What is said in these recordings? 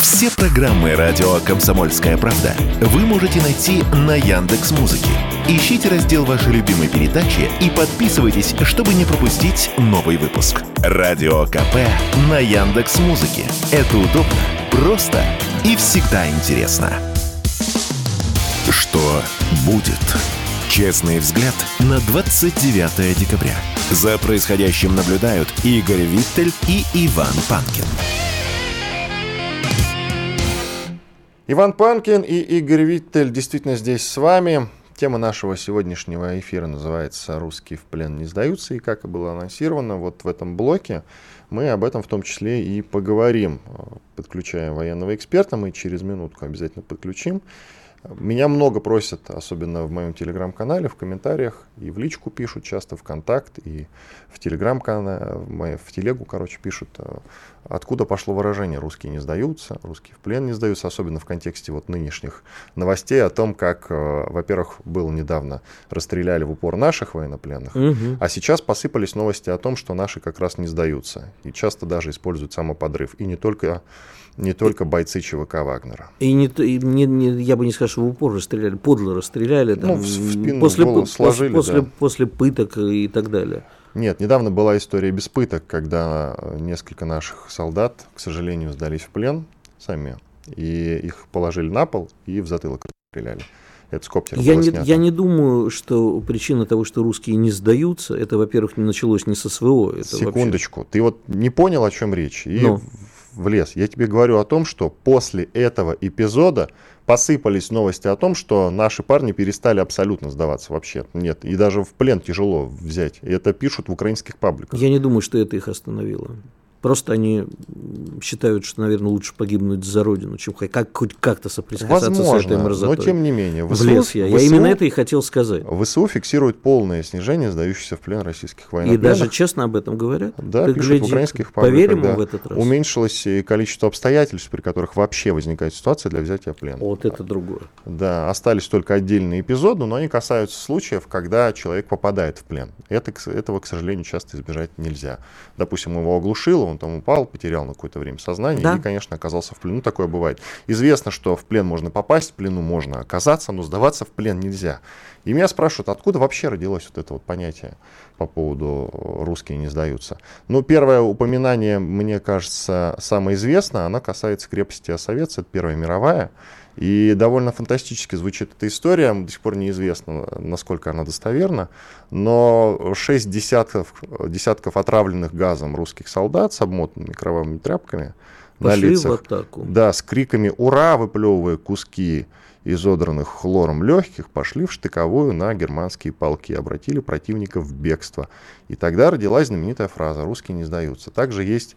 Все программы радио «Комсомольская правда» вы можете найти на Яндекс.Музыке. Ищите раздел вашей любимой передачи и подписывайтесь, чтобы не пропустить новый выпуск. Радио КП на Яндекс.Музыке. Это удобно, просто и всегда интересно. Что будет? Честный взгляд на 29 декабря. За происходящим наблюдают Игорь Виттель и Иван Панкин. Иван Панкин и Игорь Виттель действительно здесь с вами. Тема нашего сегодняшнего эфира называется «Русские в плен не сдаются». И как и было анонсировано, вот в этом блоке мы об этом в том числе и поговорим. Подключаем военного эксперта, мы через минутку обязательно подключим. Меня много просят, особенно в моем телеграм-канале, в комментариях, и в личку пишут, часто в контакт, и в телеграм-канале, в телегу, пишут, откуда пошло выражение «русские не сдаются», «русские в плен не сдаются», особенно в контексте вот нынешних новостей о том, как, во-первых, было недавно расстреляли в упор наших военнопленных, а сейчас посыпались новости о том, что наши как раз не сдаются, и часто даже используют самоподрыв, и не только бойцы ЧВК Вагнера. И я бы не сказал, что в упор расстреляли, подло расстреляли. Там, в спину голову сложили, после пыток и так далее. Нет, недавно была история без пыток, когда несколько наших солдат, к сожалению, сдались в плен сами, и их положили на пол и в затылок расстреляли. Это с коптера было снято. Я не думаю, что причина того, что русские не сдаются, это, во-первых, не началось не со СВО. Это секундочку, вообще... ты вот не понял, о чем речь, и влез. Я тебе говорю о том, что после этого эпизода посыпались новости о том, что наши парни перестали абсолютно сдаваться вообще. Нет, и даже в плен тяжело взять. И это пишут в украинских пабликах. Я не думаю, что это их остановило. Просто они считают, что, наверное, лучше погибнуть за родину, чем хоть как-то соприкасаться с этой мерзотой. Но тем не менее. Я именно это и хотел сказать. ВСУ фиксирует полное снижение сдающихся в плен российских военнопленных. И даже честно об этом говорят. Да, пишут в украинских пабликах. Поверим в этот раз. Уменьшилось количество обстоятельств, при которых вообще возникает ситуация для взятия плена. Вот это другое. Да, остались только отдельные эпизоды, но они касаются случаев, когда человек попадает в плен. Этого, к сожалению, часто избежать нельзя. Допустим, его оглушило, он там упал, потерял на какое-то время сознание и, конечно, оказался в плену. Такое бывает. Известно, что в плен можно попасть, в плену можно оказаться, но сдаваться в плен нельзя. И меня спрашивают, откуда вообще родилось вот это вот понятие по поводу «русские не сдаются». Ну, первое упоминание, мне кажется, самое известное, оно касается крепости Осовец, это Первая мировая. И довольно фантастически звучит эта история, до сих пор неизвестно, насколько она достоверна, но 6 десятков отравленных газом русских солдат с обмотанными кровавыми тряпками на лицах, в атаку. Да, с криками «Ура!», выплевывая куски изодранных хлором легких, пошли в штыковую на германские полки, обратили противника в бегство. И тогда родилась знаменитая фраза «русские не сдаются». Также есть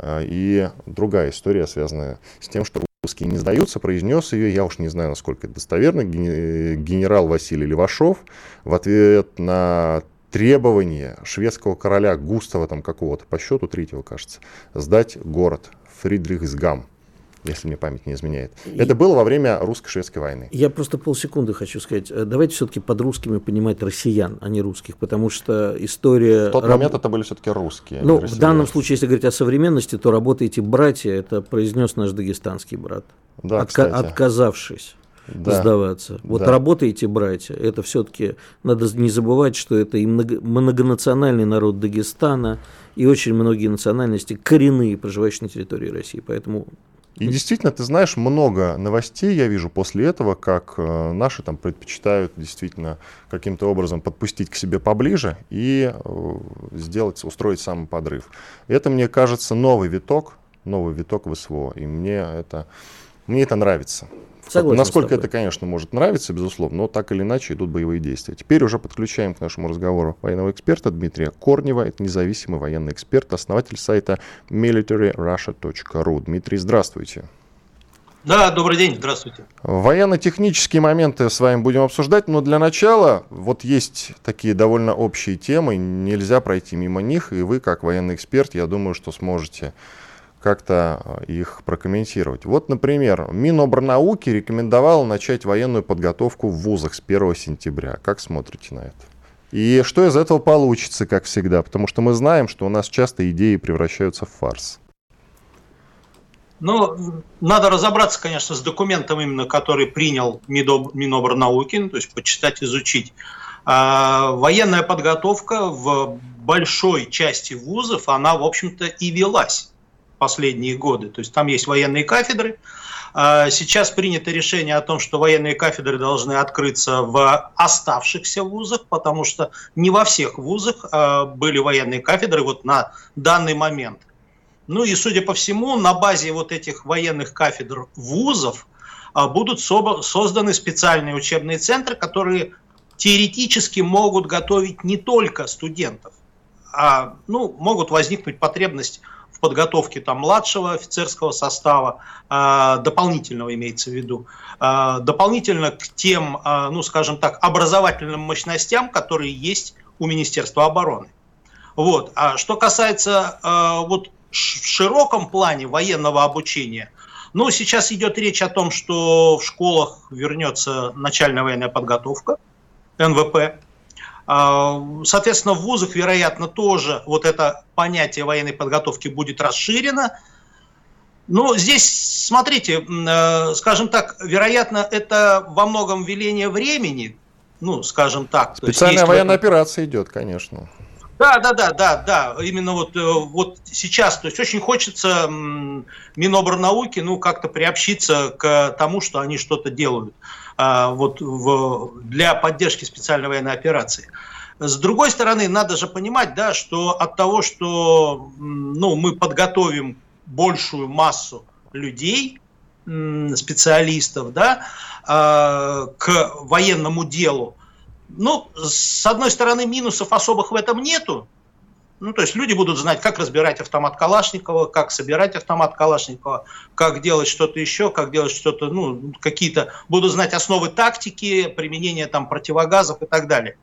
и другая история, связанная с тем, что русские не сдаются, произнес ее, я уж не знаю, насколько это достоверно, генерал Василий Левашов в ответ на требование шведского короля Густава, там какого-то по счету, третьего, кажется, сдать город Фридрихсгам, если мне память не изменяет. Это было во время русско-шведской войны. Я просто полсекунды хочу сказать. Давайте все-таки под русскими понимать россиян, а не русских, потому что история... В тот момент это были все-таки русские. Ну, в данном случае, если говорить о современности, то «работаете, братья», это произнес наш дагестанский брат, да, отказавшись сдаваться. Вот «работаете, братья», это все-таки надо не забывать, что это и многонациональный народ Дагестана, и очень многие национальности коренные, проживающие на территории России, поэтому... И действительно, ты знаешь, много новостей я вижу после этого, как наши там предпочитают действительно каким-то образом подпустить к себе поближе и устроить самоподрыв. Это, мне кажется, новый виток в СВО, и мне это нравится. Согласен. Насколько это, конечно, может нравиться, безусловно, но так или иначе идут боевые действия. Теперь уже подключаем к нашему разговору военного эксперта Дмитрия Корнева. Это независимый военный эксперт, основатель сайта militaryrussia.ru. Дмитрий, здравствуйте. Да, добрый день, здравствуйте. Военно-технические моменты с вами будем обсуждать, но для начала вот есть такие довольно общие темы, нельзя пройти мимо них, и вы, как военный эксперт, я думаю, что сможете как-то их прокомментировать. Вот, например, Минобрнауки рекомендовало начать военную подготовку в вузах с 1 сентября. Как смотрите на это? И что из этого получится, как всегда? Потому что мы знаем, что у нас часто идеи превращаются в фарс. Ну, надо разобраться, конечно, с документом, именно который принял Минобрнауки, то есть почитать, изучить. Военная подготовка в большой части вузов, она, в общем-то, и велась последние годы. То есть там есть военные кафедры. Сейчас принято решение о том, что военные кафедры должны открыться в оставшихся вузах, потому что не во всех вузах были военные кафедры вот на данный момент. Ну и, судя по всему, на базе вот этих военных кафедр вузов будут созданы специальные учебные центры, которые теоретически могут готовить не только студентов, а могут возникнуть потребность в подготовке там младшего офицерского состава, дополнительного имеется в виду, дополнительно к тем, скажем так, образовательным мощностям, которые есть у Министерства обороны. Вот. А что касается в широком плане военного обучения, сейчас идет речь о том, что в школах вернется начальная военная подготовка, НВП. Соответственно, в вузах, вероятно, тоже вот это понятие военной подготовки будет расширено. Но здесь, смотрите, скажем так, вероятно, это во многом веление времени, скажем так. Специальная военная операция идет, конечно. Да. Именно вот сейчас, то есть очень хочется Минобрнауки, как-то приобщиться к тому, что они что-то делают для поддержки специальной военной операции. С другой стороны, надо же понимать, да, что от того, что мы подготовим большую массу людей, специалистов, да, к военному делу, с одной стороны, минусов особых в этом нету. То есть люди будут знать, как разбирать автомат Калашникова, как собирать автомат Калашникова, как делать что-то еще, как делать что-то, какие-то будут знать основы тактики, применения там противогазов и так далее.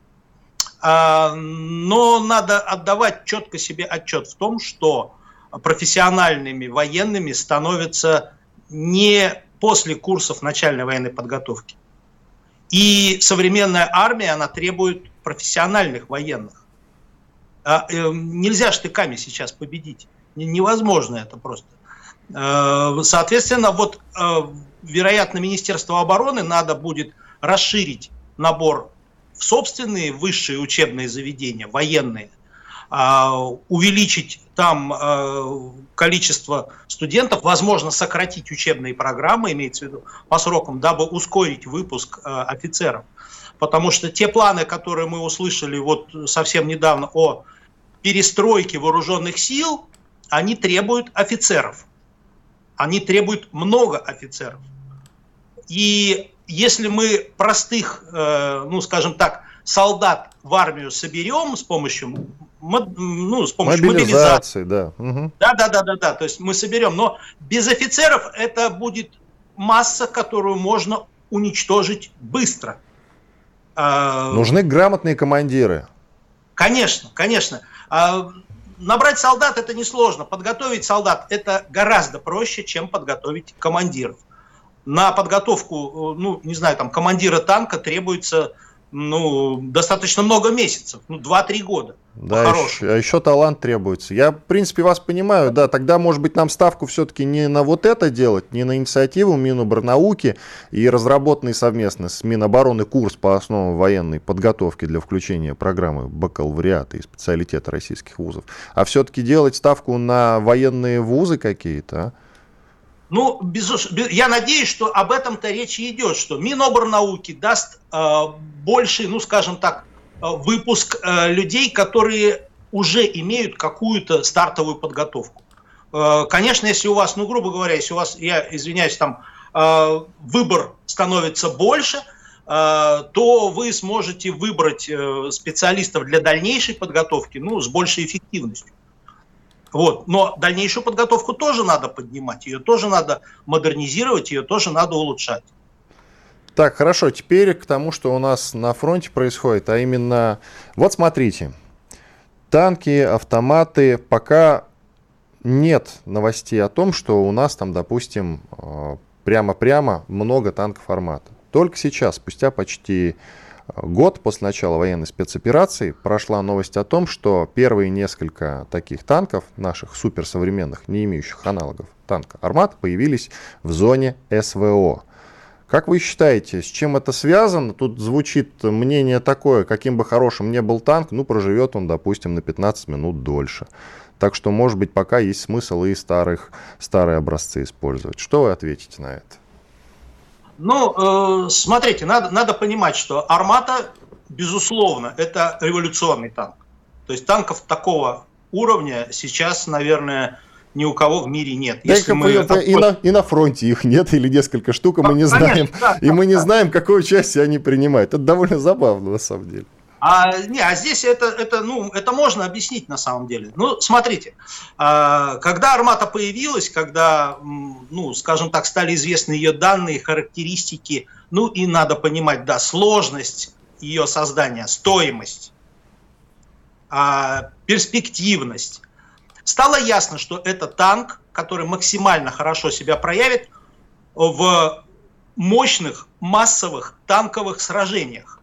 Но надо отдавать четко себе отчет в том, что профессиональными военными становятся не после курсов начальной военной подготовки. И современная армия, она требует профессиональных военных. Нельзя штыками сейчас победить. Невозможно это просто. Соответственно, вероятно, Министерству обороны надо будет расширить набор в собственные высшие учебные заведения, военные, увеличить там количество студентов, возможно, сократить учебные программы, имеется в виду, по срокам, дабы ускорить выпуск офицеров. Потому что те планы, которые мы услышали совсем недавно о перестройке вооруженных сил, они требуют офицеров. Они требуют много офицеров. И если мы простых, скажем так, солдат в армию соберем с помощью мобилизации. Да. Угу. Да. То есть мы соберем. Но без офицеров это будет масса, которую можно уничтожить быстро. Нужны грамотные командиры. Конечно. Набрать солдат это несложно. Подготовить солдат это гораздо проще, чем подготовить командиров. На подготовку, командира танка требуется достаточно много месяцев, 2-3 года. Да, еще талант требуется. Я, в принципе, вас понимаю, да, тогда, может быть, нам ставку все-таки не на вот это делать, не на инициативу Минобрнауки и разработанный совместно с Минобороны курс по основам военной подготовки для включения программы бакалавриата и специалитета российских вузов, а все-таки делать ставку на военные вузы какие-то, а? Я надеюсь, что об этом-то речь и идет, что Минобрнауки даст больший, выпуск людей, которые уже имеют какую-то стартовую подготовку. Конечно, если у вас, грубо говоря, если у вас, я извиняюсь, там выбор становится больше, то вы сможете выбрать специалистов для дальнейшей подготовки, с большей эффективностью. Но дальнейшую подготовку тоже надо поднимать, ее тоже надо модернизировать, ее тоже надо улучшать. Так, хорошо, теперь к тому, что у нас на фронте происходит, а именно, смотрите, танки, автоматы, пока нет новостей о том, что у нас там, допустим, прямо много танков «Армата». Только сейчас, спустя почти год после начала военной спецоперации прошла новость о том, что первые несколько таких танков, наших суперсовременных, не имеющих аналогов танка «Армата», появились в зоне СВО. Как вы считаете, с чем это связано? Тут звучит мнение такое: каким бы хорошим ни был танк, проживет он, допустим, на 15 минут дольше. Так что, может быть, пока есть смысл и старые образцы использовать. Что вы ответите на это? Смотрите, надо понимать, что «Армата», безусловно, это революционный танк. То есть танков такого уровня сейчас, наверное, ни у кого в мире нет. И на фронте их нет, или несколько штук, и мы не знаем. И мы не знаем, какое участие они принимают. Это довольно забавно, на самом деле. Здесь это можно объяснить на самом деле. Смотрите, когда «Армата» появилась, когда, скажем так, стали известны ее данные, характеристики, и надо понимать, сложность ее создания, стоимость, перспективность, стало ясно, что это танк, который максимально хорошо себя проявит в мощных массовых танковых сражениях.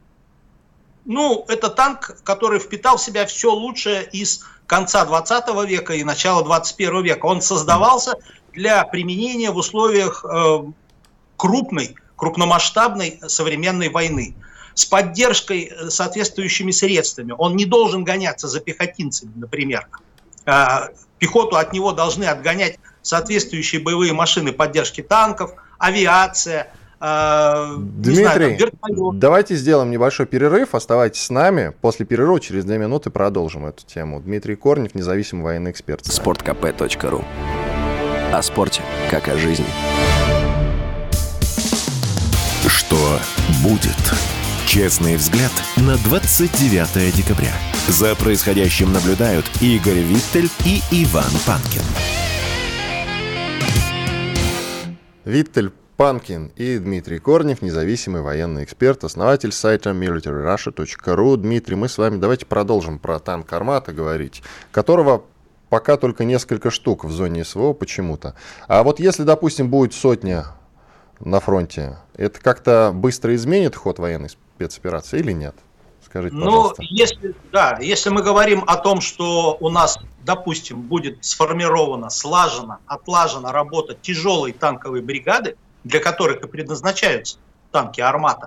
Это танк, который впитал в себя все лучшее из конца 20 века и начала 21 века. Он создавался для применения в условиях крупномасштабной современной войны с поддержкой соответствующими средствами. Он не должен гоняться за пехотинцами, например. Пехоту от него должны отгонять соответствующие боевые машины поддержки танков, авиация. Дмитрий, давайте сделаем небольшой перерыв. Оставайтесь с нами. После перерыва через 2 минуты продолжим эту тему. Дмитрий Корнев, независимый военный эксперт. Sportkp.ru. О спорте, как о жизни. Что будет? Честный взгляд на 29 декабря. За происходящим наблюдают Игорь Виттель и Иван Панкин. Виттель, Панкин и Дмитрий Корнев, независимый военный эксперт, основатель сайта militaryrussia.ru. Дмитрий, мы с вами давайте продолжим про танк «Армата» говорить, которого пока только несколько штук в зоне СВО почему-то. А вот если, допустим, будет 100 на фронте, это как-то быстро изменит ход военной спецоперации или нет? Скажите, пожалуйста. Если мы говорим о том, что у нас, допустим, будет сформирована, слажена, отлажена работа тяжелой танковой бригады, для которых и предназначаются танки «Армата»,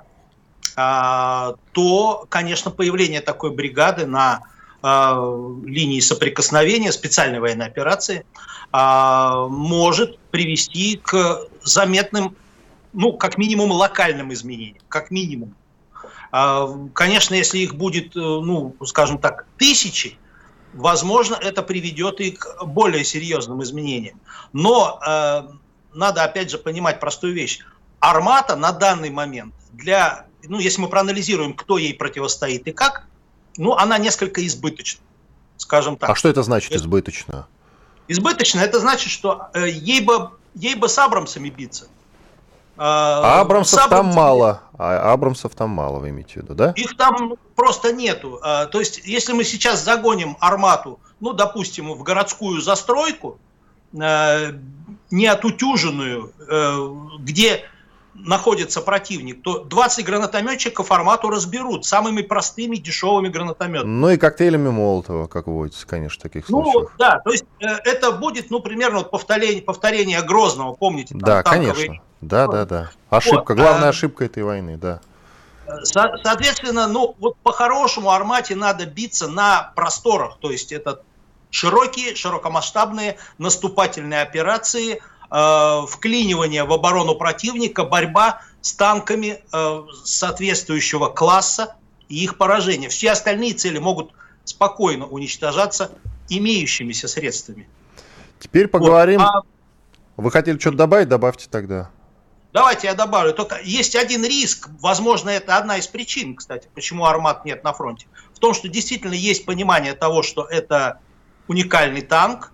то, конечно, появление такой бригады на линии соприкосновения специальной военной операции может привести к заметным, как минимум, локальным изменениям, как минимум. Конечно, если их будет, скажем так, тысячи, возможно, это приведет и к более серьезным изменениям. Но надо, опять же, понимать простую вещь. «Армата» на данный момент, если мы проанализируем, кто ей противостоит и как, она несколько избыточна, скажем так. А что это значит, избыточно? Избыточно – это значит, что ей бы с «Абрамсами» биться. Абрамсов там мало. Абрамсов там мало, вы имеете в виду, да? Их там просто нету. То есть, если мы сейчас загоним «Армату», допустим, в городскую застройку, не отутюженную, где находится противник, то 20 гранатометчиков «Армату» разберут самыми простыми дешевыми гранатометами. И коктейлями Молотова, как водится, конечно, в таких случаях. То есть это будет, примерно повторение Грозного, помните? Да, конечно. Да. Ошибка, главная ошибка этой войны, да. Соответственно, по-хорошему «Армате» надо биться на просторах, то есть это широкие, широкомасштабные наступательные операции, вклинивание в оборону противника, борьба с танками соответствующего класса и их поражение. Все остальные цели могут спокойно уничтожаться имеющимися средствами. Теперь поговорим. Вы хотели что-то добавить? Добавьте тогда. Давайте я добавлю. Только есть один риск. Возможно, это одна из причин, кстати, почему «Армат» нет на фронте. В том, что действительно есть понимание того, что это уникальный танк.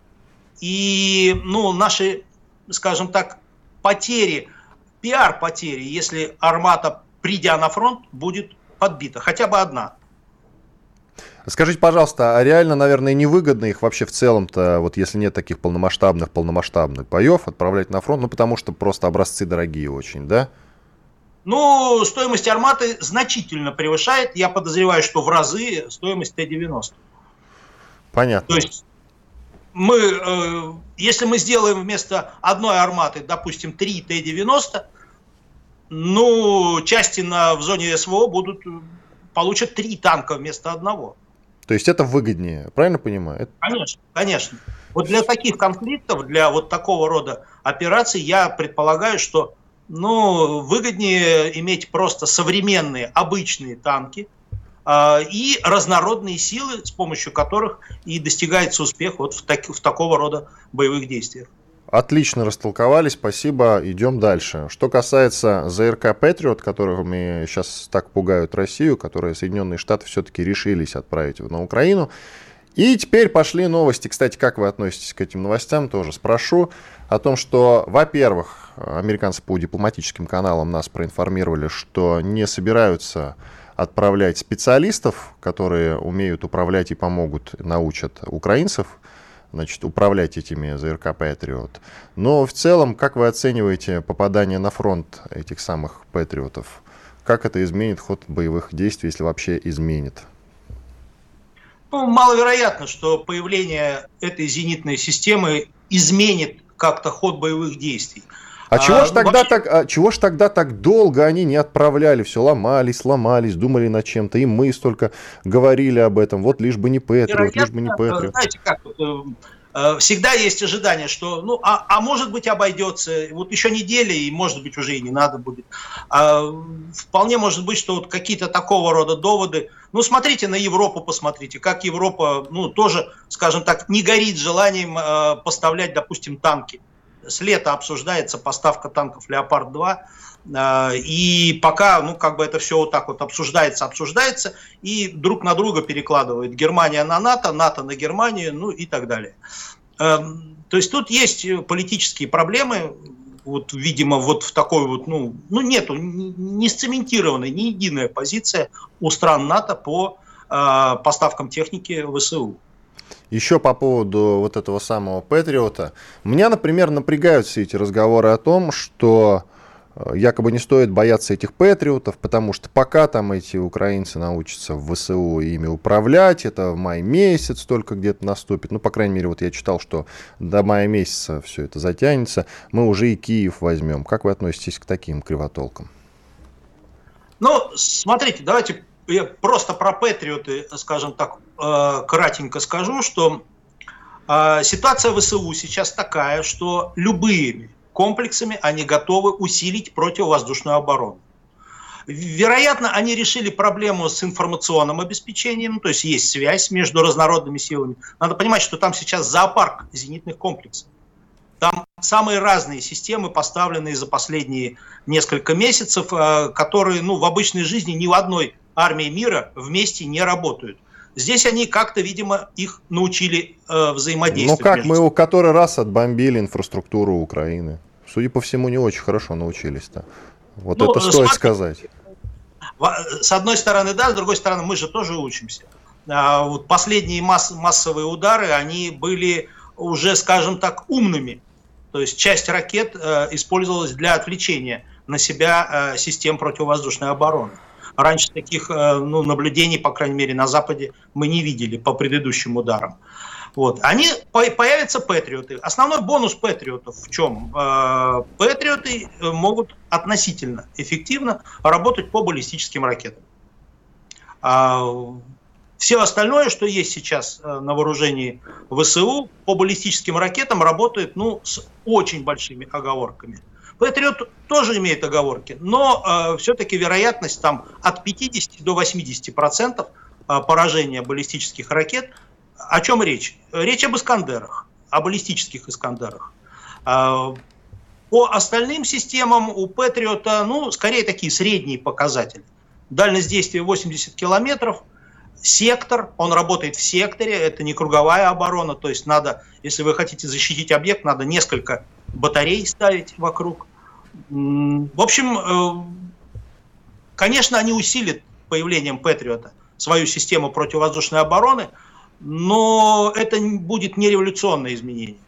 И наши, скажем так, потери, пиар-потери, если «Армата», придя на фронт, будет подбита. Хотя бы одна. Скажите, пожалуйста, а реально, наверное, невыгодно их вообще в целом-то, если нет таких полномасштабных боев, отправлять на фронт, потому что просто образцы дорогие очень, да? Ну, стоимость «Арматы» значительно превышает, я подозреваю, что в разы, стоимость Т-90. Понятно. То есть если мы сделаем вместо одной «Арматы», допустим, 3 Т-90, ну, части в зоне СВО получат 3 танка вместо одного. То есть это выгоднее, правильно понимаю? Конечно, конечно. Вот для таких конфликтов, для вот такого рода операций, я предполагаю, что выгоднее иметь просто современные, обычные танки и разнородные силы, с помощью которых и достигается успех вот в такого рода боевых действиях. Отлично растолковали, спасибо. Идем дальше. Что касается ЗРК «Патриот», которыми сейчас так пугают Россию, которые Соединенные Штаты все-таки решились отправить на Украину. И теперь пошли новости. Кстати, как вы относитесь к этим новостям, тоже спрошу. О том, что, во-первых, американцы по дипломатическим каналам нас проинформировали, что не собираются отправлять специалистов, которые умеют управлять и помогут, научат украинцев, значит, управлять этими ЗРК «Патриот». Но в целом, как вы оцениваете попадание на фронт этих самых «Патриотов»? Как это изменит ход боевых действий, если вообще изменит? Ну, маловероятно, что появление этой зенитной системы изменит как-то ход боевых действий. Чего ж тогда так долго они не отправляли? Все ломались, думали над чем-то. И мы столько говорили об этом. Вот лишь бы не «Патриот», лишь бы не «Патриот». Знаете как, всегда есть ожидание, что, может быть, обойдется. Вот еще неделя, и, может быть, уже и не надо будет. Вполне может быть, что вот какие-то такого рода доводы. Смотрите на Европу, посмотрите, как Европа, тоже, скажем так, не горит желанием поставлять, допустим, танки. С лета обсуждается поставка танков «Леопард-2», и пока, это все вот так вот обсуждается, и друг на друга перекладывают. Германия на НАТО, НАТО на Германию, и так далее. То есть тут есть политические проблемы, вот, видимо, вот в такой вот, нету не сцементированной, не единая позиция у стран НАТО по поставкам техники в ВСУ. Еще по поводу вот этого самого «Патриота». Меня, например, напрягают все эти разговоры о том, что якобы не стоит бояться этих «Патриотов», потому что пока там эти украинцы научатся в ВСУ ими управлять, это в мае месяц только где-то наступит. По крайней мере, вот я читал, что до мая месяца все это затянется. Мы уже и Киев возьмем. Как вы относитесь к таким кривотолкам? Смотрите, давайте я просто про «Патриоты», скажем так, кратенько скажу, что ситуация в ВСУ сейчас такая, что любыми комплексами они готовы усилить противовоздушную оборону. Вероятно, они решили проблему с информационным обеспечением, то есть есть связь между разнородными силами. Надо понимать, что там сейчас зоопарк зенитных комплексов. Там самые разные системы, поставленные за последние несколько месяцев, которые в обычной жизни ни в одной армии мира вместе не работают. Здесь они как-то, видимо, их научили взаимодействовать. Как мы который раз отбомбили инфраструктуру Украины. Судя по всему, не очень хорошо научились-то. Вот это стоит сказать. С одной стороны, да, с другой стороны, мы же тоже учимся. Вот последние массовые удары, они были уже, скажем так, умными. То есть часть ракет использовалась для отвлечения на себя систем противовоздушной обороны. Раньше таких наблюдений, по крайней мере, на Западе мы не видели по предыдущим ударам. Вот. Появятся «Патриоты». Основной бонус «Патриотов» в чем? «Патриоты» могут относительно эффективно работать по баллистическим ракетам. Все остальное, что есть сейчас на вооружении ВСУ, по баллистическим ракетам работает с очень большими оговорками. «Патриот» тоже имеет оговорки, но все-таки вероятность там от 50 до 80% поражения баллистических ракет. О чем речь? Речь об «Искандерах», о баллистических «Искандерах». По остальным системам у «Патриота», скорее такие средние показатели. Дальность действия 80 километров. Сектор, он работает в секторе, это не круговая оборона, то есть надо, если вы хотите защитить объект, надо несколько батарей ставить вокруг. В общем, конечно, они усилят появлением «Патриота» свою систему противовоздушной обороны, но это будет не революционное изменение.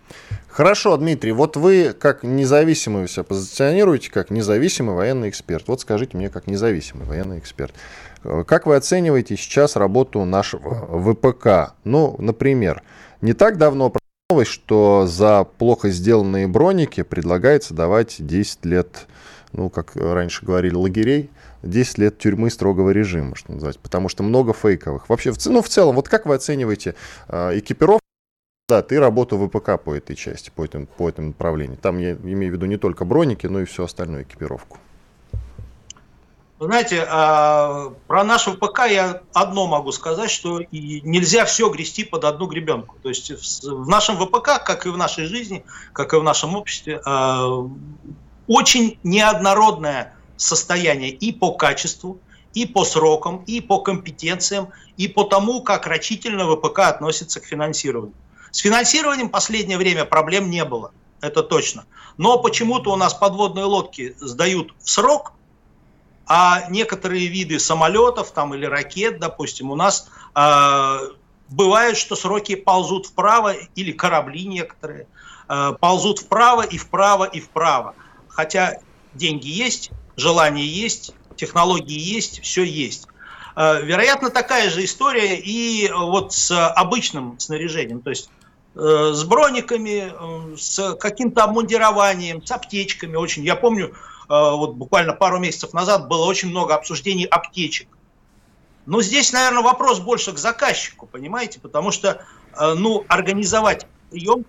Хорошо, Дмитрий, вот вы как независимый себя позиционируете, как независимый военный эксперт. Вот скажите мне, как независимый военный эксперт, как вы оцениваете сейчас работу нашего ВПК? Ну, например, не так давно новость, что за плохо сделанные броники предлагается давать 10 лет, ну, как раньше говорили, лагерей, 10 лет тюрьмы строгого режима, что называть, потому что много фейковых. Вообще, в целом, вот как вы оцениваете экипировку? Да, ты работу ВПК по этой части, по этому направлению. Там я имею в виду не только броники, но и всю остальную экипировку. Вы знаете, про наш ВПК я одно могу сказать, что нельзя все грести под одну гребенку. То есть в нашем ВПК, как и в нашей жизни, как и в нашем обществе, очень неоднородное состояние и по качеству, и по срокам, и по компетенциям, и по тому, как рачительно ВПК относится к финансированию. С финансированием в последнее время проблем не было, это точно. Но почему-то у нас подводные лодки сдают в срок, а некоторые виды самолетов там, или ракет, допустим, у нас бывает, что сроки ползут вправо, или корабли некоторые ползут вправо и вправо и вправо. Хотя деньги есть, желание есть, технологии есть, все есть. Вероятно, такая же история и вот с обычным снаряжением, то есть с брониками, с каким-то обмундированием, с аптечками. Очень, я помню, вот буквально пару месяцев назад было очень много обсуждений аптечек. Но здесь, наверное, вопрос больше к заказчику, понимаете, потому что, организовать прием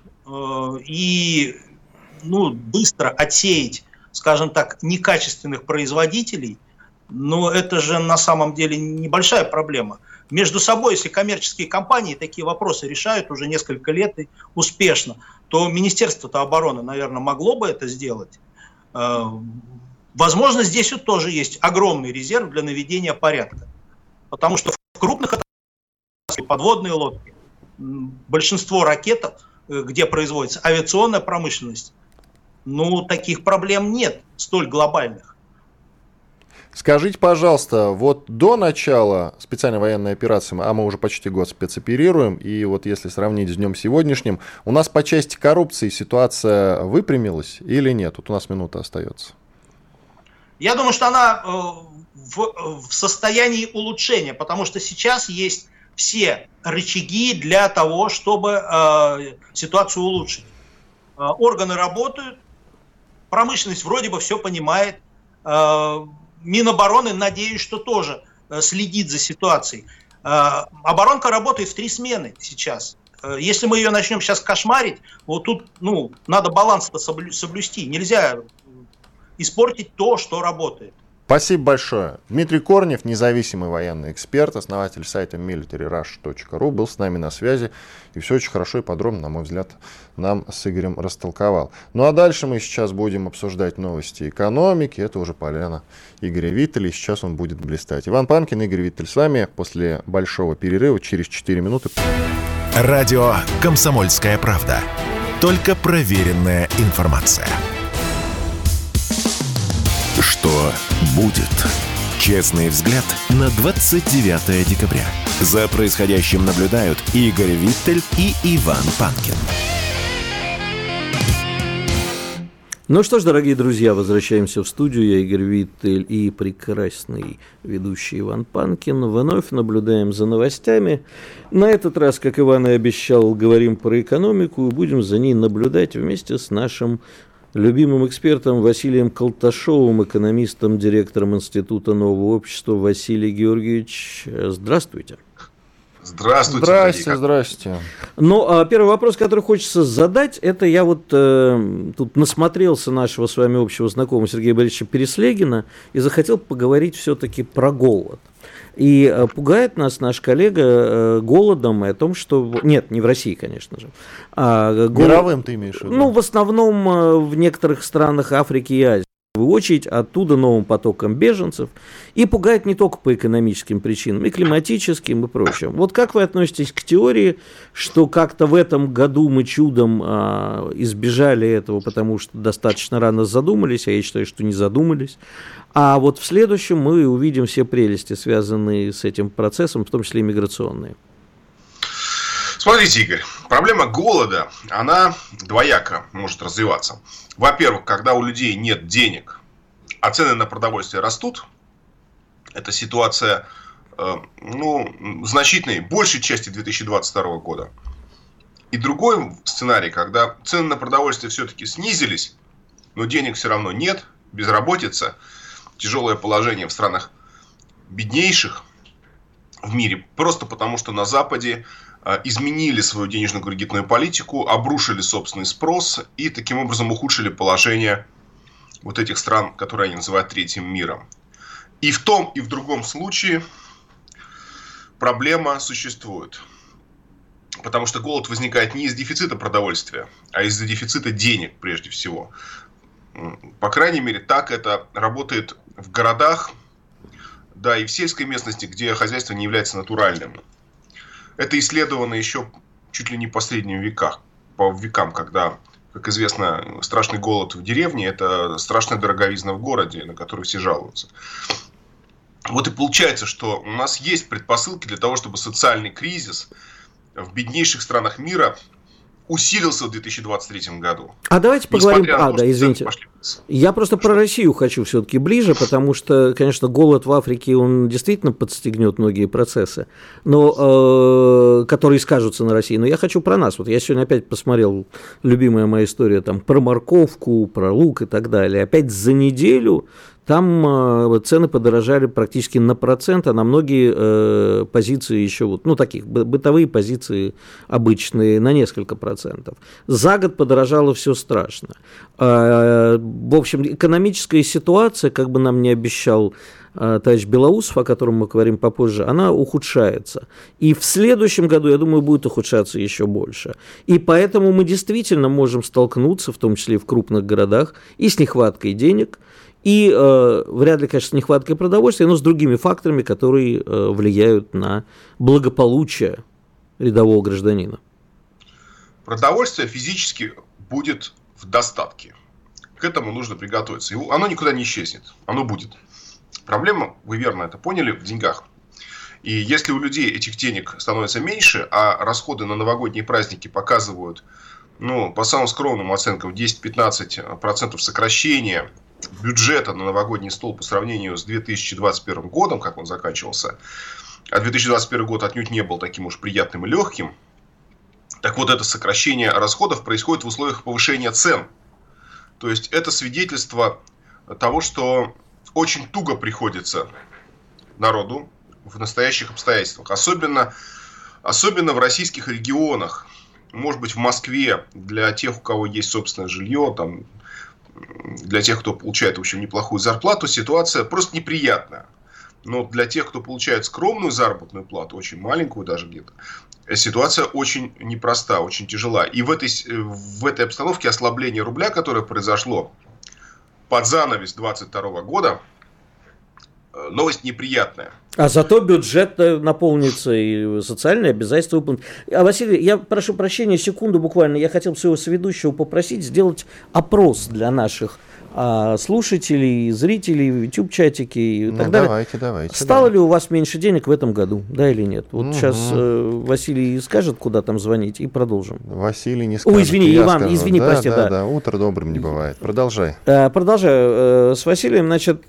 и, быстро отсеять, скажем так, некачественных производителей, это же на самом деле небольшая проблема. Между собой, если коммерческие компании такие вопросы решают уже несколько лет и успешно, то Министерство обороны, наверное, могло бы это сделать. Возможно, здесь вот тоже есть огромный резерв для наведения порядка. Потому что в крупных отраслях, подводные лодки, большинство ракет, где производится авиационная промышленность, таких проблем нет, столь глобальных. Скажите, пожалуйста, вот до начала специальной военной операции, а мы уже почти год спецоперируем, и вот если сравнить с днем сегодняшним, у нас по части коррупции ситуация выпрямилась или нет? Вот у нас минута остается. Я думаю, что она в состоянии улучшения, потому что сейчас есть все рычаги для того, чтобы ситуацию улучшить. Органы работают, промышленность вроде бы все понимает, Минобороны, надеюсь, что тоже следит за ситуацией. Оборонка работает в 3 смены сейчас. Если мы ее начнем сейчас кошмарить, вот тут надо баланс-то соблюсти. Нельзя испортить то, что работает. Спасибо большое. Дмитрий Корнев, независимый военный эксперт, основатель сайта militaryrush.ru, был с нами на связи и все очень хорошо и подробно, на мой взгляд, нам с Игорем растолковал. Ну а дальше мы сейчас будем обсуждать новости экономики. Это уже полено Игоря Виттеля, и сейчас он будет блистать. Иван Панкин, Игорь Виттель с вами после большого перерыва через 4 минуты. Радио «Комсомольская правда». Только проверенная информация. Что будет? Честный взгляд на 29 декабря. За происходящим наблюдают Игорь Виттель и Иван Панкин. Ну что ж, дорогие друзья, возвращаемся в студию. Я Игорь Виттель и прекрасный ведущий Иван Панкин. Вновь наблюдаем за новостями. На этот раз, как Иван и обещал, говорим про экономику и будем за ней наблюдать вместе с нашим любимым экспертом Василием Колташовым, экономистом, директором Института нового общества. Василий Георгиевич, здравствуйте. Здравствуйте. Здравствуйте. Ну, первый вопрос, который хочется задать, это я вот тут насмотрелся нашего с вами общего знакомого Сергея Борисовича Переслегина и захотел поговорить все-таки про голод. И пугает нас наш коллега голодом и о том, что... Нет, не в России, конечно же. Мировым ты имеешь в виду? Ну, в основном в некоторых странах Африки и Азии. В первую очередь оттуда новым потоком беженцев. И пугает не только по экономическим причинам, и климатическим, и прочим. Вот как вы относитесь к теории, что как-то в этом году мы чудом избежали этого, потому что достаточно рано задумались, а я считаю, что не задумались. А вот в следующем мы увидим все прелести, связанные с этим процессом, в том числе и миграционные. Смотрите, Игорь, Проблема голода, она двояко может развиваться. Во-первых, когда у людей нет денег, а цены на продовольствие растут, это ситуация, значительной, большей части 2022 года. И другой сценарий, когда цены на продовольствие все-таки снизились, но денег все равно нет, безработица, тяжелое положение в странах беднейших в мире, просто потому что на Западе изменили свою денежно-кредитную политику, обрушили собственный спрос и таким образом ухудшили положение вот этих стран, которые они называют третьим миром. И в том, и в другом случае проблема существует. Потому что голод возникает не из дефицита продовольствия, а из-за дефицита денег прежде всего. По крайней мере, так это работает в городах, да, и в сельской местности, где хозяйство не является натуральным. Это исследовано еще чуть ли не по средним векам, когда, как известно, страшный голод в деревне – это страшная дороговизна в городе, на которую все жалуются. Вот и получается, что у нас есть предпосылки для того, чтобы социальный кризис в беднейших странах мира усилился в 2023 году. А давайте поговорим... извините. Я просто про Россию хочу все-таки ближе, потому что, конечно, голод в Африке, он действительно подстегнет многие процессы, но, которые скажутся на России. Но я хочу про нас. Вот я сегодня опять посмотрел, любимая моя история, там, про морковку, про лук и так далее. Опять за неделю там цены подорожали практически на процент, а на многие позиции еще, таких бытовые позиции обычные, на несколько процентов. За год подорожало все страшно. В общем, экономическая ситуация, как бы нам не обещал товарищ Белоусов, о котором мы говорим попозже, она ухудшается. И в следующем году, я думаю, будет ухудшаться еще больше. И поэтому мы действительно можем столкнуться, в том числе и в крупных городах, и с нехваткой денег, и вряд ли, конечно, с нехваткой продовольствия, но с другими факторами, которые влияют на благополучие рядового гражданина. Продовольствие физически будет в достатке. К этому нужно приготовиться. Оно никуда не исчезнет. Оно будет. Проблема, вы верно это поняли, в деньгах. И если у людей этих денег становится меньше, а расходы на новогодние праздники показывают, по самым скромным оценкам, 10-15% сокращения бюджета на новогодний стол по сравнению с 2021 годом, как он заканчивался, а 2021 год отнюдь не был таким уж приятным и легким, так вот это сокращение расходов происходит в условиях повышения цен. То есть это свидетельство того, что очень туго приходится народу в настоящих обстоятельствах. Особенно в российских регионах. Может быть, в Москве, для тех, у кого есть собственное жилье, там, для тех, кто получает, в общем, неплохую зарплату, ситуация просто неприятная. Но для тех, кто получает скромную заработную плату, очень маленькую даже где-то, ситуация очень непроста, очень тяжела. И в этой обстановке ослабление рубля, которое произошло под занавес 2022 года, новость неприятная. А зато бюджет наполнится и социальные обязательства выполнят. А, Василий, я прошу прощения, секунду буквально. Я хотел своего соведущего попросить сделать опрос для наших слушателей, зрителей, YouTube-чатики и так далее. Давайте. Стало ли у вас меньше денег в этом году, да или нет? Вот сейчас Василий скажет, куда там звонить, и продолжим. Василий не скажет. Ой, извини, Иван, извини, прости. Да, утро добрым не бывает. Продолжай. Продолжаю. С Василием, значит...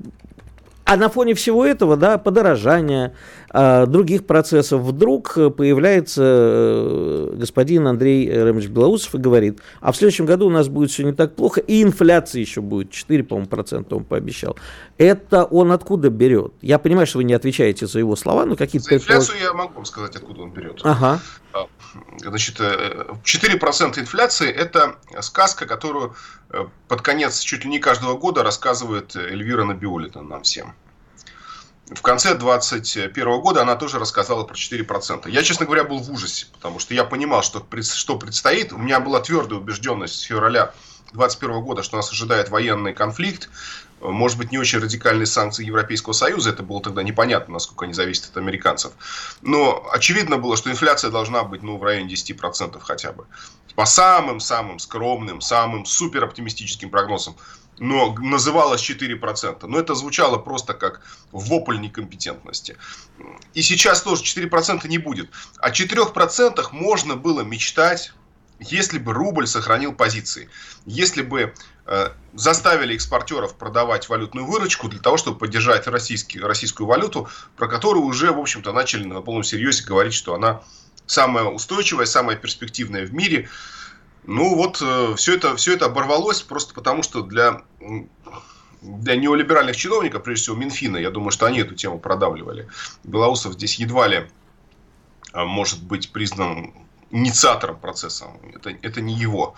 А на фоне всего этого, подорожания, других процессов, вдруг появляется господин Андрей Ремович Белоусов и говорит, а в следующем году у нас будет все не так плохо, и инфляция еще будет, 4%, по-моему, он пообещал. Это он откуда берет? Я понимаю, что вы не отвечаете за его слова, но какие-то... За инфляцию я могу вам сказать, откуда он берет. Ага. Значит, 4% инфляции – это сказка, которую под конец чуть ли не каждого года рассказывает Эльвира Набиуллина нам всем. В конце 2021 года она тоже рассказала про 4%. Я, честно говоря, был в ужасе, потому что я понимал, что предстоит. У меня была твердая убежденность с февраля 2021 года, что нас ожидает военный конфликт, может быть, не очень радикальные санкции Европейского Союза, это было тогда непонятно, насколько они зависят от американцев. Но очевидно было, что инфляция должна быть в районе 10% хотя бы. По самым-самым скромным, самым супероптимистическим прогнозам. Но называлось 4%. Но это звучало просто как вопль некомпетентности. И сейчас тоже 4% не будет. О 4% можно было мечтать, если бы рубль сохранил позиции. Если бы заставили экспортеров продавать валютную выручку для того, чтобы поддержать российскую валюту, про которую уже, в общем-то, начали на полном серьезе говорить, что она самая устойчивая, самая перспективная в мире. Все это оборвалось просто потому, что для неолиберальных чиновников, прежде всего Минфина, я думаю, что они эту тему продавливали. Белоусов здесь едва ли может быть признан инициатором процесса. Это не его.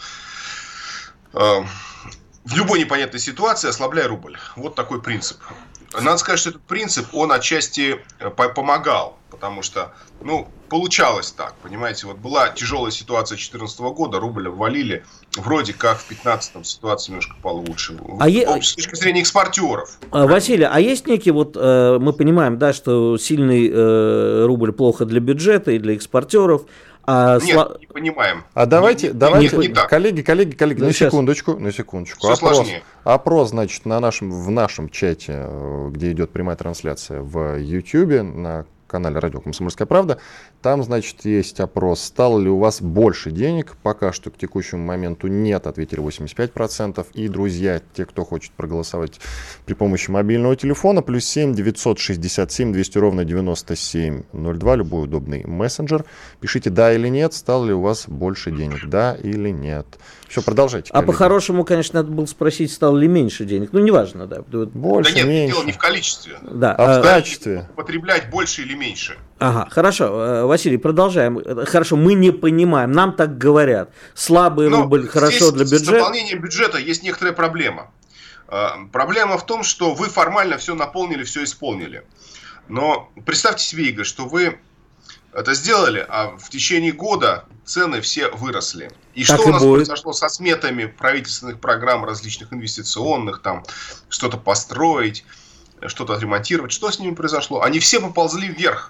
В любой непонятной ситуации ослабляй рубль. Вот такой принцип. Надо сказать, что этот принцип, он отчасти помогал. Потому что, получалось так, понимаете. Вот была тяжелая ситуация 2014 года, рубль обвалили. Вроде как в 2015-м ситуация немножко получше. С точки зрения экспортеров. Василий, а есть некий, мы понимаем, да, что сильный рубль плохо для бюджета и для экспортеров. Нет, не понимаем. Давайте, не коллеги, на секундочку. Все сложнее. Опрос, значит, в нашем чате, где идет прямая трансляция в YouTube, на канале «Радио Комсомольская правда». Там, значит, есть опрос, стало ли у вас больше денег. Пока что к текущему моменту нет, ответили 85%. И, друзья, те, кто хочет проголосовать при помощи мобильного телефона, +7 967 200 ровно 9702, любой удобный мессенджер. Пишите «да» или «нет», стало ли у вас больше денег, да или нет. Все, продолжайте. А по-хорошему, конечно, надо было спросить, стало ли меньше денег. Неважно, да. Больше, да нет, меньше. Дело не в количестве. Да. А в качестве. Потреблять больше или меньше. Ага, хорошо, Василий, продолжаем. Хорошо, мы не понимаем, нам так говорят. Слабый рубль хорошо для бюджета. С наполнением бюджета есть некоторая проблема. Проблема в том, что вы формально все наполнили, все исполнили. Но представьте себе, Игорь, что вы это сделали, а в течение года цены все выросли. И так что у нас произошло со сметами правительственных программ различных инвестиционных, там что-то построить, что-то отремонтировать. Что с ними произошло? Они все поползли вверх.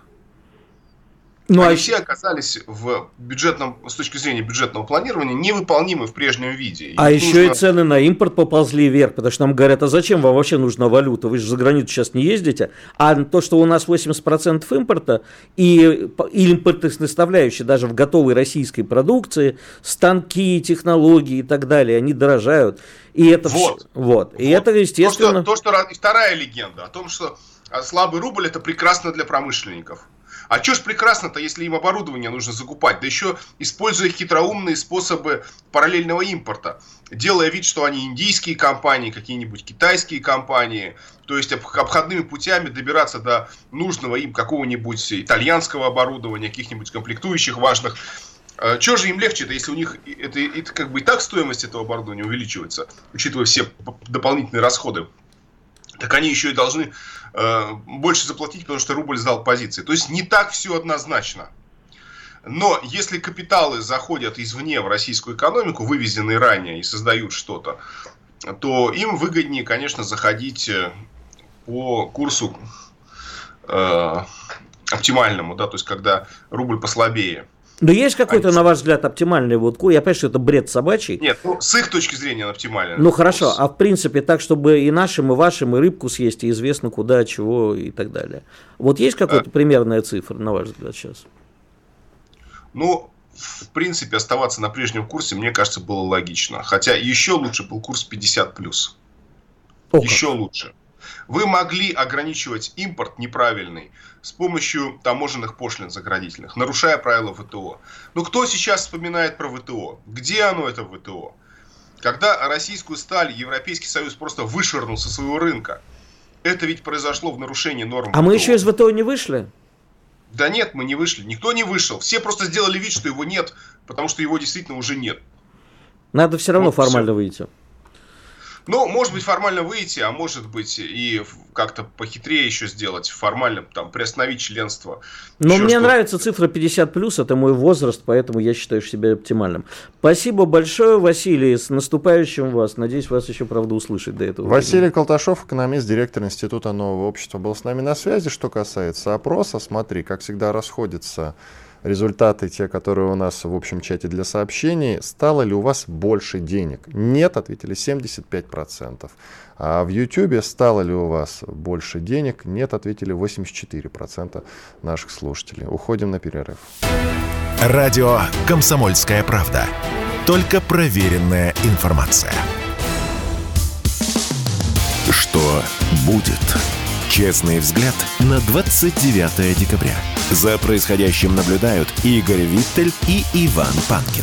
Они все оказались с точки зрения бюджетного планирования невыполнимы в прежнем виде. Еще и цены на импорт поползли вверх, потому что нам говорят, а зачем вам вообще нужна валюта? Вы же за границу сейчас не ездите. А то, что у нас 80% импорта и импортных составляющих даже в готовой российской продукции, станки, технологии и так далее, они дорожают. И это И это, естественно... И вторая легенда о том, что слабый рубль – это прекрасно для промышленников. А что ж прекрасно-то, если им оборудование нужно закупать? Да еще используя хитроумные способы параллельного импорта. Делая вид, что они индийские компании, какие-нибудь китайские компании. То есть обходными путями добираться до нужного им какого-нибудь итальянского оборудования, каких-нибудь комплектующих важных. Чего же им легче-то, если у них это как бы и так стоимость этого оборудования увеличивается, учитывая все дополнительные расходы? Так они еще и должны больше заплатить, потому что рубль сдал позиции. То есть не так все однозначно. Но если капиталы заходят извне в российскую экономику, вывезенные ранее, и создают что-то, то им выгоднее, конечно, заходить по курсу оптимальному, да, то есть когда рубль послабее. Но есть какой-то, на ваш взгляд, оптимальный курс? Я понимаю, что это бред собачий. Нет, с их точки зрения он оптимальный. Ну хорошо, а в принципе так, чтобы и нашим, и вашим, и рыбку съесть, и известно куда, чего и так далее. Вот есть какая-то примерная цифра, на ваш взгляд, сейчас? В принципе, оставаться на прежнем курсе, мне кажется, было логично. Хотя еще лучше был курс 50+. Еще лучше. Вы могли ограничивать импорт неправильный с помощью таможенных пошлин заградительных, нарушая правила ВТО. Кто сейчас вспоминает про ВТО? Где оно, это ВТО? Когда российскую сталь Европейский Союз просто вышвырнул со своего рынка, это ведь произошло в нарушении норм ВТО. А мы еще из ВТО не вышли? Да нет, мы не вышли. Никто не вышел. Все просто сделали вид, что его нет, потому что его действительно уже нет. Надо все равно формально выйти. Ну, может быть, формально выйти, а может быть, и как-то похитрее еще сделать, формально там приостановить членство. Но мне нравится цифра 50+, это мой возраст, поэтому я считаю себя оптимальным. Спасибо большое, Василий, с наступающим вас. Надеюсь, вас еще, правда, услышать до этого. Василий Колташов, экономист, директор Института нового общества, был с нами на связи. Что касается опроса, смотри, как всегда расходятся результаты, те, которые у нас в общем чате для сообщений. Стало ли у вас больше денег? Нет, ответили 75%. А в YouTube стало ли у вас больше денег? Нет, ответили 84% наших слушателей. Уходим на перерыв. Радио «Комсомольская правда». Только проверенная информация. Что будет? Честный взгляд на 29 декабря. За происходящим наблюдают Игорь Виттель и Иван Панкин.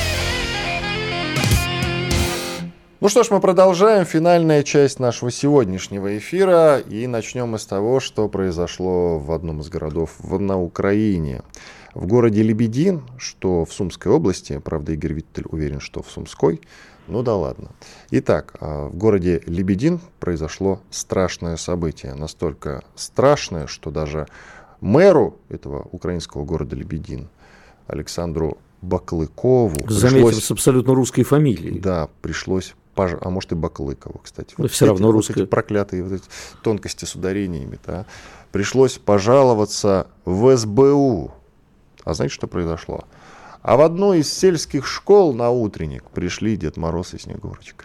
Ну что ж, мы продолжаем. Финальная часть нашего сегодняшнего эфира. И начнем мы с того, что произошло в одном из городов на Украине. В городе Лебедин, что в Сумской области, правда, Игорь Виттель уверен, что в Сумской, ну да ладно. Итак, в городе Лебедин произошло страшное событие. Настолько страшное, что даже мэру этого украинского города Лебедин, Александру Баклыкову... Заметим, с абсолютно русской фамилией. Да, пришлось... А может и Баклыкову, кстати. Но все равно русская. Вот эти проклятые вот эти тонкости с ударениями. Да. Пришлось пожаловаться в СБУ. А знаете, что произошло? А в одной из сельских школ на утренник пришли Дед Мороз и Снегурочка.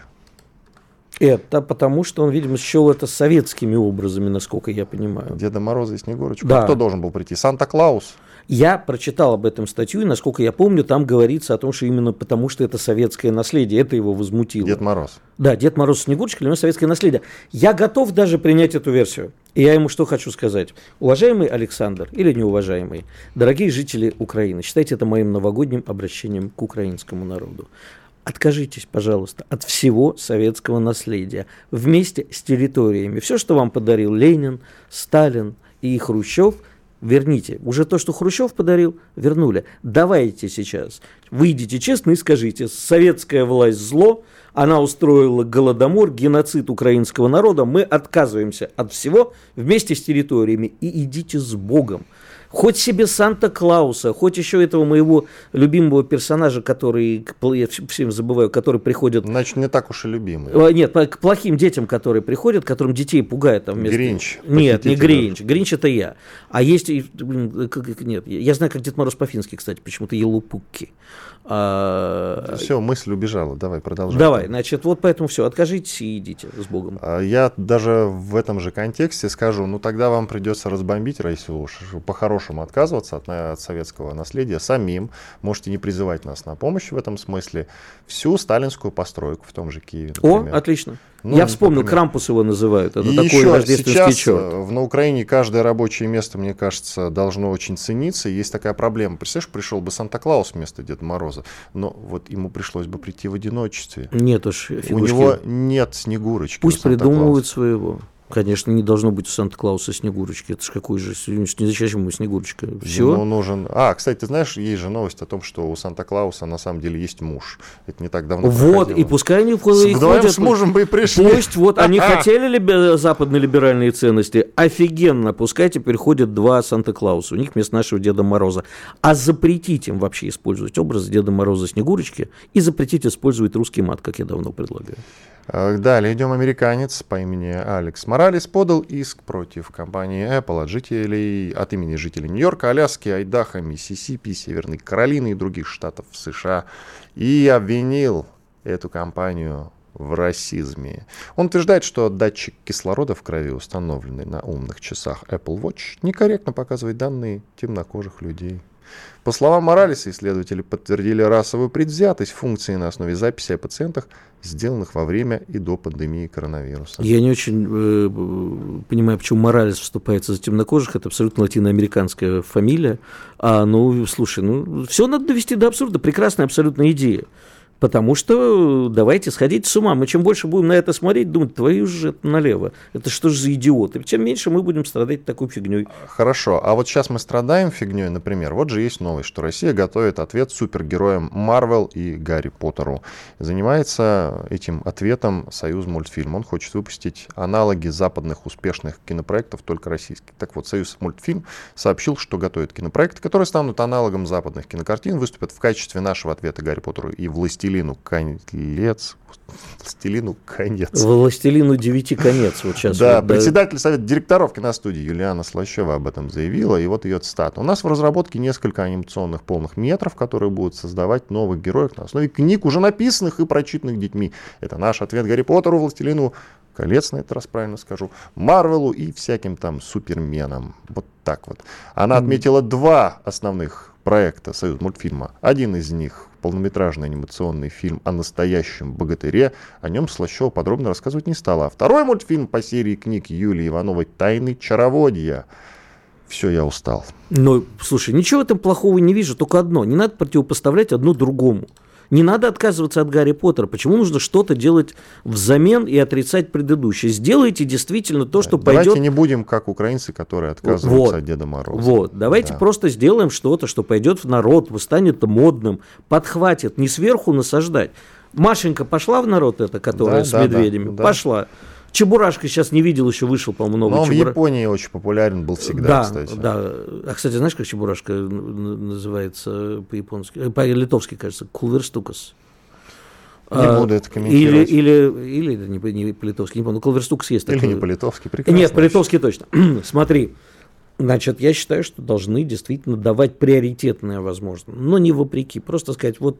Это потому, что он, видимо, счел это советскими образами, насколько я понимаю. Деда Мороза и Снегурочка. Да. А кто должен был прийти? Санта-Клаус? Я прочитал об этом статью, и, насколько я помню, там говорится о том, что именно потому, что это советское наследие, это его возмутило. Дед Мороз. Да, Дед Мороз и Снегурочка, для него советское наследие. Я готов даже принять эту версию. И я ему что хочу сказать. Уважаемый Александр, или неуважаемый, дорогие жители Украины, считайте это моим новогодним обращением к украинскому народу. Откажитесь, пожалуйста, от всего советского наследия вместе с территориями. Все, что вам подарил Ленин, Сталин и Хрущев, верните. Уже то, что Хрущев подарил, вернули. Давайте сейчас выйдите честно и скажите: советская власть зло, она устроила голодомор, геноцид украинского народа, мы отказываемся от всего вместе с территориями и идите с Богом. Хоть себе Санта-Клауса, хоть еще этого моего любимого персонажа, который, я всем забываю, который приходит... Значит, не так уж и любимый. Нет, к плохим детям, которые приходят, которым детей пугает. Там вместо... Гринч. Нет, не Гринч. Гринч это я. А есть... Нет, я знаю, как Дед Мороз по-фински, кстати, почему-то Елупукки. Все, мысль убежала. Давай, продолжай. Давай, значит, вот поэтому все, откажитесь и идите с Богом. Я даже в этом же контексте скажу, ну тогда вам придется разбомбить, если уж по-хорошему отказываться от советского наследия самим. Можете не призывать нас на помощь в этом смысле. Всю сталинскую постройку в том же Киеве, например. О, отлично. Ну, я вспомнил, например. Крампус его называют. Это И такой еще рождественский сейчас черт. на Украине каждое рабочее место, мне кажется, должно очень цениться. И есть такая проблема. Представляешь, пришел бы Санта-Клаус вместо Деда Мороза, но вот ему пришлось бы прийти в одиночестве. Нет уж, фигушки. У него нет Снегурочки. Пусть придумывают своего. Конечно, не должно быть у Санта-Клауса Снегурочки. Это же какой же... Зачем ему Снегурочка? Все? Ему нужен... кстати, ты знаешь, есть же новость о том, что у Санта-Клауса на самом деле есть муж. Это не так давно Вот, проходило. и пускай они Вдвоем ходят... с мужем бы и пришли. Пусть, вот, они хотели западно-либеральные ценности. Офигенно. Пускай теперь ходят два Санта-Клауса. У них вместо нашего Деда Мороза. А запретить им вообще использовать образ Деда Мороза Снегурочки и запретить использовать русский мат, как я давно предлагаю. Далее идем. Американец по имени Алекс Моралес подал иск против компании Apple от имени жителей Нью-Йорка, Аляски, Айдахо, Миссисипи, Северной Каролины и других штатов США и обвинил эту компанию в расизме. Он утверждает, что датчик кислорода в крови, установленный на умных часах Apple Watch, некорректно показывает данные темнокожих людей. По словам Моралеса, исследователи подтвердили расовую предвзятость функций на основе записи о пациентах, сделанных во время и до пандемии коронавируса. Я не очень понимаю, почему Моралес вступается за темнокожих. Это абсолютно латиноамериканская фамилия. Слушай, все надо довести до абсурда. Прекрасная абсолютная идея. Потому что давайте сходить с ума. Мы чем больше будем на это смотреть, думать, твою же это налево. Это что же за идиоты? Тем меньше мы будем страдать такой фигней. Хорошо. А вот сейчас мы страдаем фигней, например. Вот же есть новость, что Россия готовит ответ супергероям Марвел и Гарри Поттеру. Занимается этим ответом Союзмультфильм. Он хочет выпустить аналоги западных успешных кинопроектов, только российских. Так вот, Союзмультфильм сообщил, что готовит кинопроекты, которые станут аналогом западных кинокартин, выступят в качестве нашего ответа Гарри Поттеру и Властелину конец. Властелину 9 конец. Вот сейчас да, вот, председатель совета директоров киностудии Юлиана Слащева об этом заявила, и вот ее цитата. У нас в разработке несколько анимационных полных метров, которые будут создавать новых героев на основе книг, уже написанных и прочитанных детьми. Это наш ответ Гарри Поттеру, Властелину колец, на этот раз правильно скажу, Марвелу и всяким там суперменам. Вот так вот. Она отметила 2 основных проекта Союзмультфильма. Один из них — полнометражный анимационный фильм о настоящем богатыре. О нем Слащева подробно рассказывать не стала. А второй мультфильм по серии книг Юлии Ивановой «Тайны чароводья». Все, я устал. Ну, слушай, ничего в этом плохого не вижу, только одно. Не надо противопоставлять одно другому. Не надо отказываться от Гарри Поттера. Почему нужно что-то делать взамен и отрицать предыдущее? Сделайте действительно то, что пойдет... Давайте не будем как украинцы, которые отказываются от Деда Мороза. Вот, давайте просто сделаем что-то, что пойдет в народ, станет модным, подхватит, не сверху насаждать. Машенька пошла в народ, эта, которая с медведями? Пошла. Чебурашка сейчас не видел, еще вышел, по-моему, новый Чебурашка. Но в Японии очень популярен был всегда, кстати. Да. А, кстати, знаешь, как Чебурашка называется по-японски? По-литовски, кажется, Кулверстукас. Не буду это комментировать. Или не по-литовски, не помню, Кулверстукас есть такой. Или не по-литовски, прекрасно. Нет, по-литовски точно. Смотри. Значит, я считаю, что должны действительно давать приоритетное, возможно, но не вопреки. Просто сказать, вот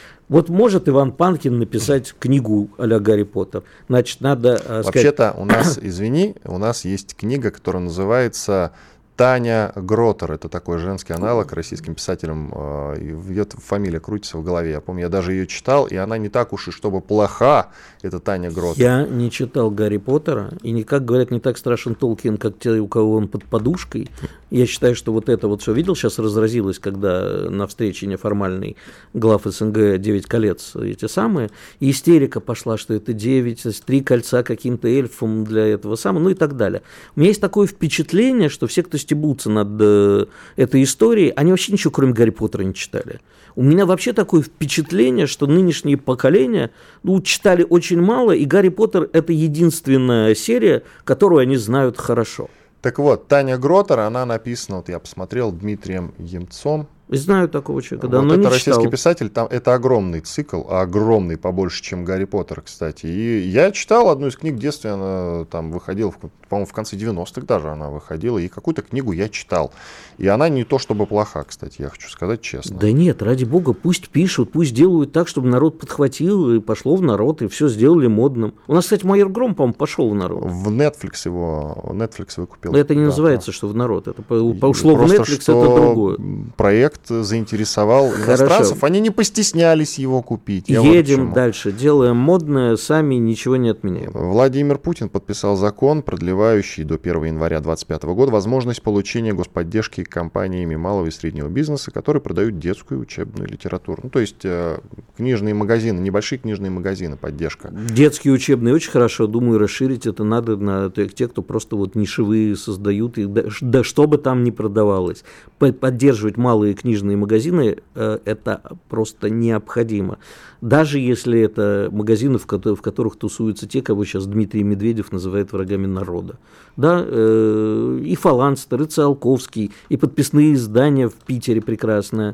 может Иван Панкин написать книгу а-ля Гарри Поттер. Значит, надо сказать... Вообще-то у нас, у нас есть книга, которая называется Таня Гротер. Это такой женский аналог российским писателям. Ее фамилия крутится в голове. Я помню, я даже ее читал, и она не так уж и чтобы плоха. Это Таня Гротер. Я не читал Гарри Поттера, и никак, говорят, не так страшен Толкин, как те, у кого он под подушкой. Я считаю, что вот это вот все видел, сейчас разразилось, когда на встрече неформальной глав СНГ 9 колец эти самые, и истерика пошла, что это 9, 3 кольца каким-то эльфом для этого самого, ну и так далее. У меня есть такое впечатление, что все, кто стебутся над этой историей, они вообще ничего, кроме Гарри Поттера, не читали. У меня вообще такое впечатление, что нынешние поколения читали очень мало, и Гарри Поттер — это единственная серия, которую они знают хорошо. Так вот, Таня Гротер, она написана, вот я посмотрел, Дмитрием Емцом. Знаю такого человека, да, вот но это не российский читал. писатель, там это огромный цикл, огромный, побольше, чем Гарри Поттер, кстати. И я читал одну из книг в детстве, она там выходила, по-моему, в конце 90-х даже она выходила, и какую-то книгу я читал. И она не то чтобы плоха, кстати, я хочу сказать честно. Да нет, ради бога, пусть пишут, пусть делают так, чтобы народ подхватил и пошло в народ, и все сделали модным. У нас, кстати, Майор Гром, по-моему, пошел в народ. В Netflix выкупил. Но это не называется, что в народ, это ушло в Netflix, это другое. Проект заинтересовал иностранцев, они не постеснялись его купить. Едем дальше, делаем модное, сами ничего не отменяем. Владимир Путин подписал закон, продлевающий до 1 января 2025 года возможность получения господдержки компаниями малого и среднего бизнеса, которые продают детскую учебную литературу. Ну, то есть книжные магазины, небольшие книжные магазины, поддержка. Детские учебные очень хорошо, думаю, расширить это надо на те, кто просто вот нишевые создают, и да что бы там ни продавалось. Поддерживать малые книжные магазины это просто необходимо. Даже если это магазины, в которых тусуются те, кого сейчас Дмитрий Медведев называет врагами народа. Да, и Фаланстер, и Циолковский, и подписные издания в Питере прекрасное,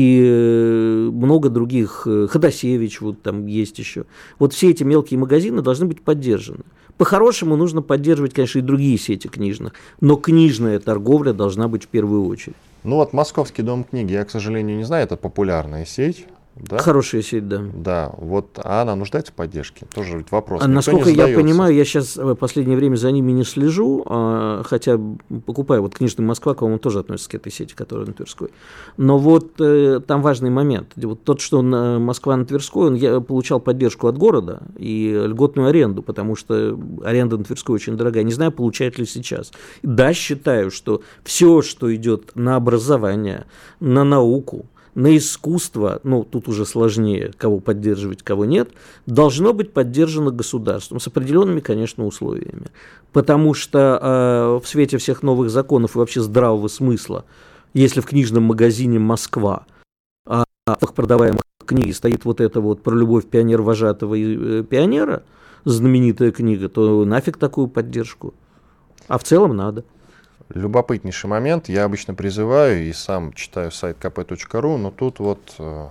и много других, Ходосевич вот там есть еще. Вот все эти мелкие магазины должны быть поддержаны. По-хорошему нужно поддерживать, конечно, и другие сети книжных, но книжная торговля должна быть в первую очередь. Ну вот Московский дом книги, я, к сожалению, не знаю, это популярная сеть. Да? Хорошая сеть, да. Да, вот, а она нуждается в поддержке? Тоже ведь вопрос. Насколько я понимаю, я сейчас в последнее время за ними не слежу, хотя покупаю, вот книжный Москва, по-моему, тоже относится к этой сети, которая на Тверской. Но вот там важный момент. Вот тот, что Москва на Тверской, я получал поддержку от города и льготную аренду, потому что аренда на Тверской очень дорогая. Не знаю, получает ли сейчас. Да, считаю, что все, что идет на образование, на науку, на искусство, ну, тут уже сложнее, кого поддерживать, кого нет, должно быть поддержано государством с определенными, конечно, условиями. Потому что в свете всех новых законов и вообще здравого смысла, если в книжном магазине «Москва» в продаваемых книге стоит вот это вот про любовь пионер-вожатого и пионера, знаменитая книга, то нафиг такую поддержку. А в целом надо. Любопытнейший момент. Я обычно призываю и сам читаю сайт kp.ru, но тут вот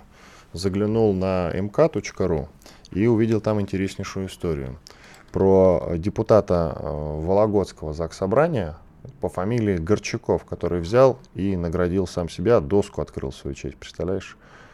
заглянул на mk.ru и увидел там интереснейшую историю про депутата Вологодского заксобрания по фамилии Горчаков, который взял и наградил сам себя, доску открыл в свою честь, представляешь?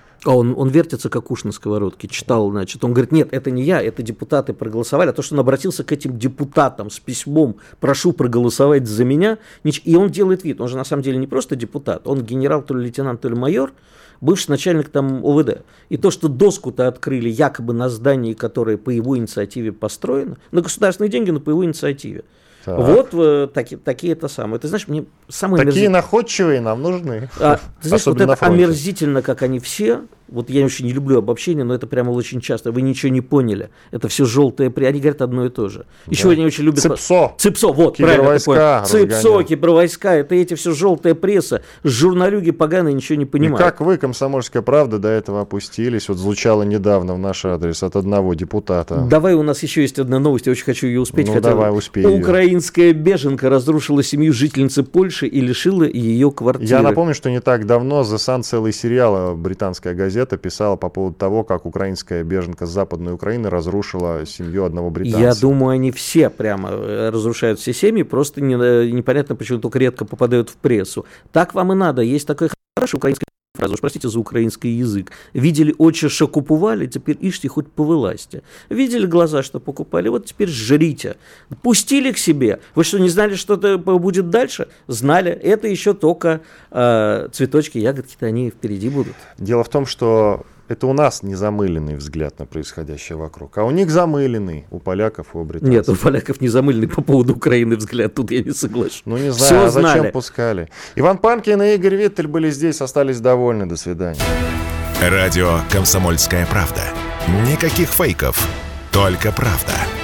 Он вертится, как уж на сковородке, читал, значит, он говорит, нет, это не я, это депутаты проголосовали, а то, что он обратился к этим депутатам с письмом, прошу проголосовать за меня, и он делает вид, он же на самом деле не просто депутат, он генерал, то ли лейтенант, то ли майор, бывший начальник там ОВД. И то, что доску-то открыли якобы на здании, которое по его инициативе построено, на государственные деньги, но по его инициативе. Так. Вот такие это самые. Ты знаешь, мне самые такие находчивые нам нужны. Ты знаешь, вот это омерзительно, как они все. Вот я очень не люблю обобщения, но это прямо очень часто. Вы ничего не поняли. Это все желтое. Они говорят одно и то же. Еще они очень любят... ЦИПСО, вот, правильно. ЦИПСО, кибервойска. Это эти все желтая пресса. Журналюги поганые ничего не понимают. И как вы, «Комсомольская правда», до этого опустились? Вот звучало недавно в наш адрес от одного депутата. Давай, у нас еще есть одна новость. Я очень хочу ее успеть. Ну, давай, успей. Украинская беженка разрушила семью жительницы Польши и лишила ее квартиры. Я напомню, что не так давно The Sun целый сериал, британская газета, писала по поводу того, как украинская беженка с Западной Украины разрушила семью одного британца. Я думаю, они все прямо разрушают все семьи, просто непонятно, почему только редко попадают в прессу. Так вам и надо. Есть такая хорошая украинская фраза, уж простите за украинский язык. Видели очи, что купували, теперь ишьте хоть по власти. Видели глаза, что покупали, вот теперь жрите. Пустили к себе. Вы что, не знали, что будет дальше? Знали. Это еще только цветочки, ягодки-то они впереди будут. Дело в том, что это у нас незамыленный взгляд на происходящее вокруг, а у них замыленный, у поляков и у британцев. Нет, у поляков не замыленный по поводу Украины взгляд, тут я не соглашусь. Ну не знаю, зачем пускали. Иван Панкин и Игорь Виттель были здесь, остались довольны. До свидания. Радио «Комсомольская правда». Никаких фейков, только правда.